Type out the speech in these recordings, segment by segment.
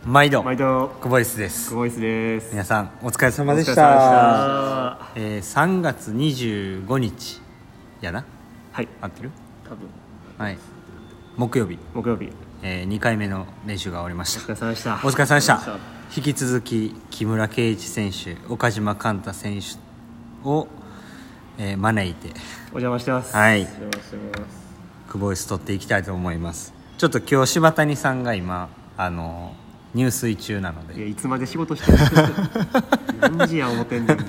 毎度毎度久保井です。 久保井です。 皆さんお疲れ様でした。3月25日やな。 はい、 合ってる？ 多分。 はい、木曜日、2回目の練習が終わりました。 お疲れ様でした。 お疲れ様でした。引き続き木村敬一選手、岡島寛太選手を、招いてお邪魔してます。 はい、 お邪魔してます。 久保井取っていきたいと思います。ちょっと今日柴谷さんが今入水中なので、 いやいつまで仕事してる何時や思ってんねん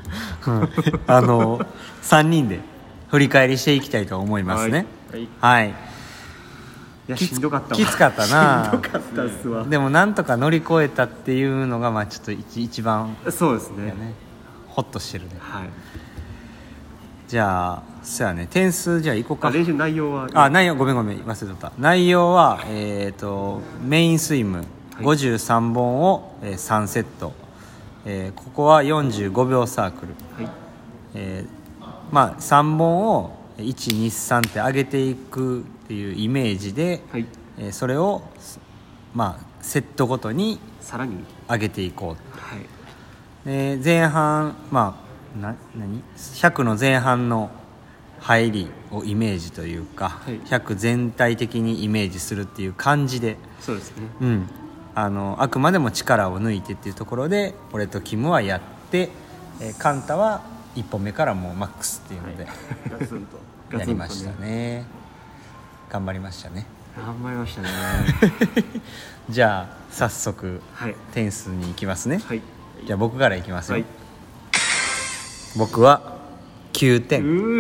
3人で振り返りしていきたいと思いますね。はい、 いやしんどかったわ。 きつかったな。 しんどかったっすわ。 でもなんとか乗り越えたっていうのがまあちょっと一番そうですね、 ホッとしてるね。 はい。 じゃあそうやね、点数じゃあいこうか。 練習内容は内容ごめん忘れてた。内容はメインスイム53本を3セット、ここは45秒サークル、はい、3本を123って上げていくっていうイメージで、はい、それを、セットごとにさらに上げていこう、 はい、 前半100の前半の入りをイメージというか、はい、100全体的にイメージするっていう感じで、 そうですね、 あくまでも力を抜いてっていうところで俺とキムはやって、カンタは1本目からもうマックスっていうので、はい、 ガツンとやりましたね。頑張りましたね。 頑張りましたねじゃあ早速、はい、点数に行きますね、はい、じゃあ僕からいきますよ、はい、僕は9点。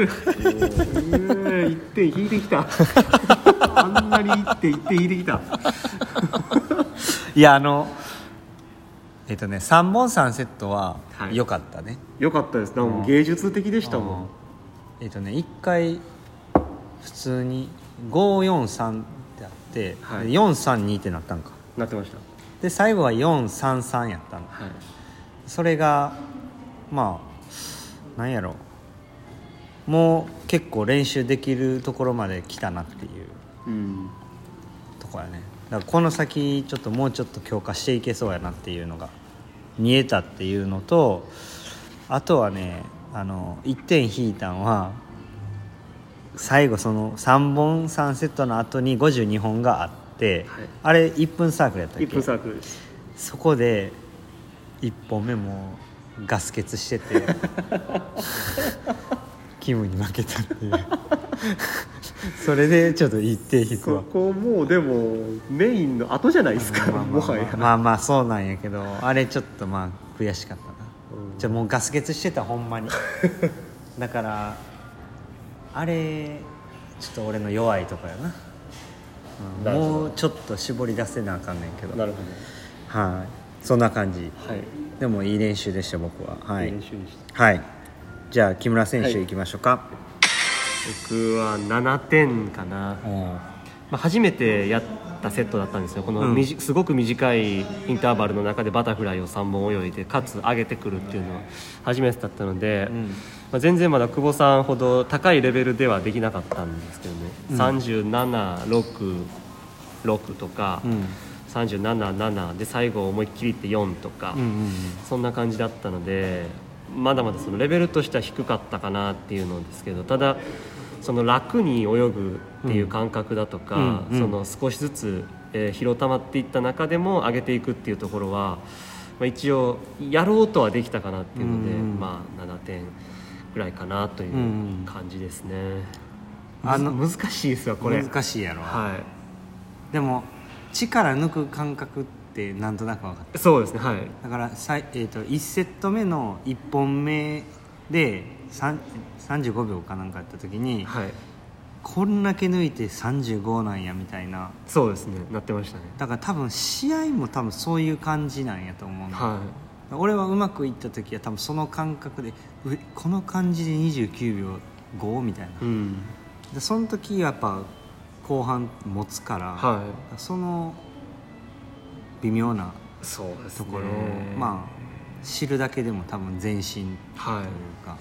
1点引いてきたあんなに1点引いてきたいや3本3セットは良かったね。 良かったです。なんか芸術的でしたもん。 1回普通に543ってあって、はい、432ってなったんかなってました。 で最後は433やったの、はい、それがなんやろう、もう結構練習できるところまで来たなっていう、ところやね。だからこの先ちょっともうちょっと強化していけそうやなっていうのが見えたっていうのと、あとはね1点引いたんは最後その3本3セットの後に52本があって、はい、あれ1分サークルやったっけ。 1分サークルです。そこで1本目もガス欠しててキムに負けたっていうそれでちょっと1点引くわ。 ここもうでもメインの後じゃないですか。もはやそうなんやけど、あれちょっと悔しかったな、じゃあもうガス欠してたほんまにだからあれちょっと俺の弱いとこやな、もうちょっと絞り出せなあかんねんけど。 なるほど、はい、そんな感じ、はい、でもいい練習でした僕は。はい、いい練習でした。はい、じゃあ木村選手いきましょうか。 僕は7点かな。初めてやったセットだったんですよ。このすごく短いインターバルの中でバタフライを3本泳いでかつ上げてくるっていうのは初めてだったので、全然まだ久保さんほど高いレベルではできなかったんですけどね、37、6、6とか、37、7で最後思いっきりいって4とか、そんな感じだったのでまだまだそのレベルとしては低かったかなっていうのですけど、ただその楽に泳ぐっていう感覚だとか、その少しずつ疲労溜まっていった中でも上げていくっていうところは、一応やろうとはできたかなっていうので、7点ぐらいかなという感じですね。難しいですよこれ。 難しいやろ、 はい、 でも力抜く感覚ってなんとなく分かった。 そうですね、はい、 だから1セット目の1本目で35秒かなんかやった時に、はい、こんだけ抜いて35なんやみたいな。 そうですね、なってましたね。だから多分試合も多分そういう感じなんやと思うんだ、はい、俺はうまくいった時は多分その感覚でこの感じで29秒5みたいな、でその時やっぱ後半持つから、はい、その微妙なところを、知るだけでも多分前進というか、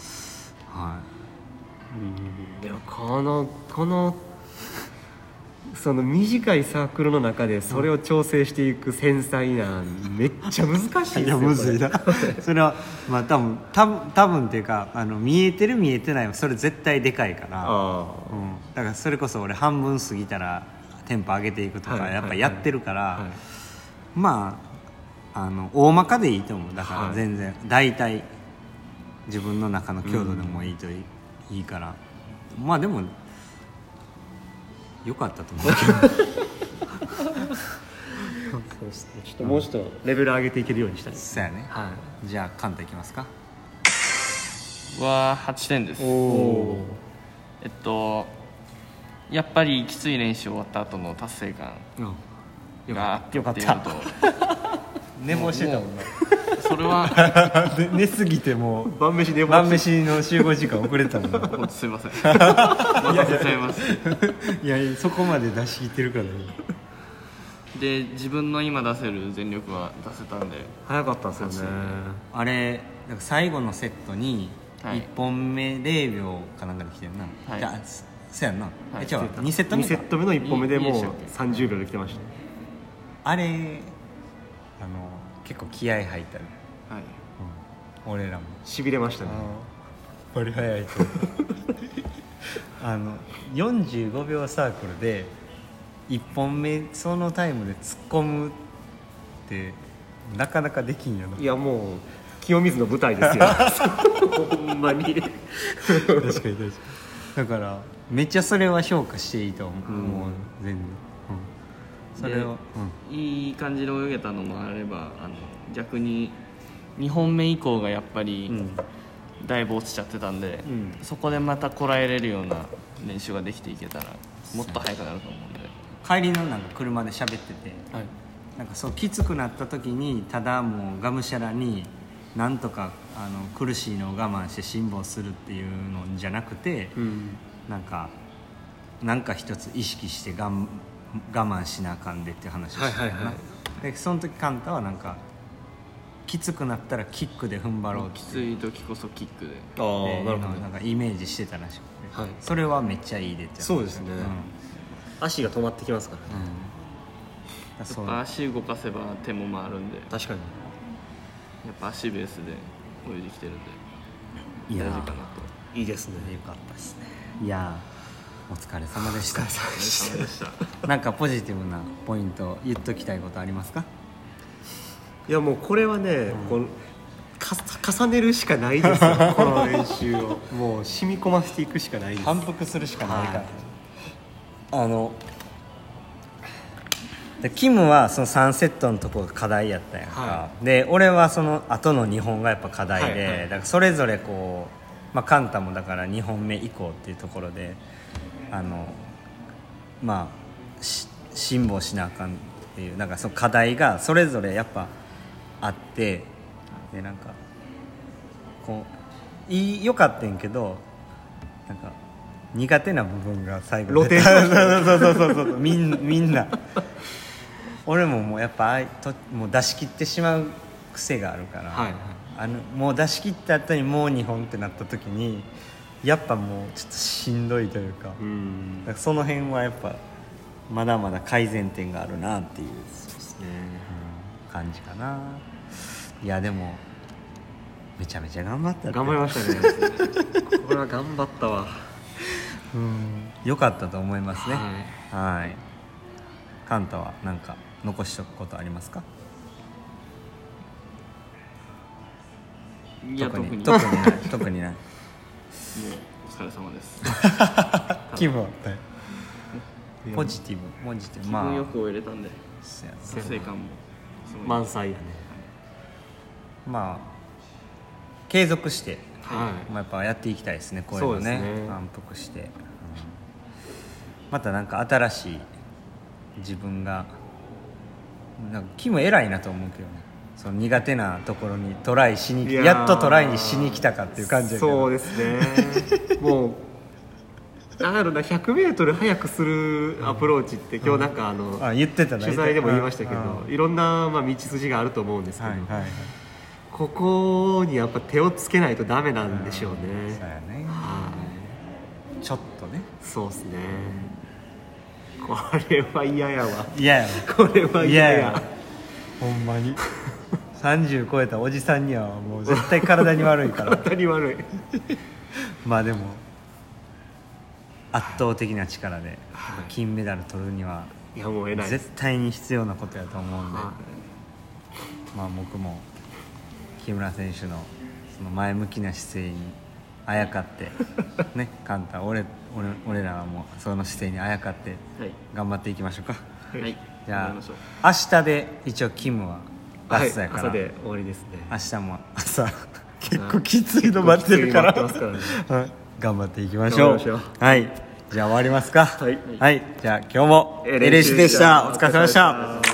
でもこのその短いサークルの中でそれを調整していく繊細な、めっちゃ難しいですよ。 いやむずいなそれはまあ多分っていうか見えてる見えてないはそれ絶対でかいから、だからそれこそ俺半分過ぎたらテンポ上げていくとかやっぱやってるから、まあ大まかでいいと思う。だから全然大体自分の中の強度でもいいといいから、まあでも良かったと思うけどそうですね、ちょっともうちょっとレベル上げていけるようにしたいです。 そうやね、じゃあカンタいきますか。 は8点です。やっぱりきつい練習終わった後の達成感があったっていうのと寝坊してたもんなそれは寝すぎてもう晩飯の集合時間遅れてたもんなすいません待たせちゃいますいやそこまで出し切ってるからね。 で自分の今出せる全力は出せたんで早かったですよね。 あれなんか最後のセットに1本目0秒かなんかで来てるな、じゃあそうやんな、違う2セット目 2セット目の1本目でもう30秒で来てました。 あれ結構気合入ったね、俺らもしびれましたね。 バリ早いと45秒サークルで1本目そのタイムで突っ込むってなかなかできんよな。 いやもう清水の舞台ですよほんまに確かにだからめっちゃそれは評価していいと思う、もう全然、それを、 いい感じで泳げたのもあれば逆に2本目以降がやっぱりだいぶ落ちちゃってたんで、そこでまたこらえれるような練習ができていけたらもっと速くなると思うんで、 帰りのなんか車で喋ってて、なんかそうきつくなった時にただもうがむしゃらになんとか苦しいのを我慢して辛抱するっていうのじゃなくて、なんか一つ意識して我慢しなあかんでっていう話をしてたよな。でその時カンタはなんかきつくなったらキックで踏ん張ろうってきつい時こそキックでなんかイメージしてたらしくて、それはめっちゃいいでってそうですね、足が止まってきますからね、 やっぱ足動かせば手も回るんで、 確かにやっぱ足ベースで泳いできてるんで大事かなと。 いいですね、 よかったですね。いやお疲れ様でした。 お疲れ様でしたなんかポジティブなポイント言っときたいことありますか？ いやもうこれはね、重ねるしかないですよこの練習をもう染み込ませていくしかないです。 反復するしかないから、でキムはその3セットのところが課題やったやんか、で俺はその後の2本がやっぱ課題で、だからそれぞれこう、カンタもだから2本目以降っていうところで辛抱しなあかんっていうなんかその課題がそれぞれやっぱあって、でなんかこう良かったんけどなんか苦手な部分が最後露呈しましたそうみんな俺ももうやっぱもう出し切ってしまう癖があるから、もう出し切った後にもう2本ってなった時にやっぱもうちょっとしんどいというか、だからその辺はやっぱまだまだ改善点があるなっていう、感じかな。いやでもめちゃめちゃ頑張ったって。 頑張りましたねこれは頑張ったわ。 良かったと思いますね。カンタは何か残しとくことありますか？ いや特にないお疲れ様です気分はポジティブ気分よく終えれたんで達成感も満載やね。 継続して、やっぱやっていきたいですね。こういうのね反復して、またなんか新しい自分がなんかキム偉いなと思うけどね。その苦手なところにトライしにやっとトライにしに来たかっていう感じやけど。 そうですねもう100m 速くするアプローチって今日なんか言ってた取材でも言いましたけど、いろんな道筋があると思うんですけど、ここにやっぱ手をつけないとダメなんでしょうね。 そうやね、ちょっとね。 そうですね。 これは嫌やわ。 嫌やこれは嫌や。 ほんまに30超えたおじさんにはもう絶対体に悪いから体に悪いまあでも圧倒的な力で金メダル取るにはいやもう絶対に必要なことやと思うんで、まあ僕も木村選手のその前向きな姿勢にあやかってね、カンタ俺らはもうその姿勢にあやかって頑張っていきましょうか。 はい、 じゃあ明日で一応キムはラストやから、 朝で終わりですね。 明日も朝結構きついの待ってるから頑張っていきましょう。はい、じゃあ終わりますか。はい、じゃあ今日もエレシでした。お疲れ様でした。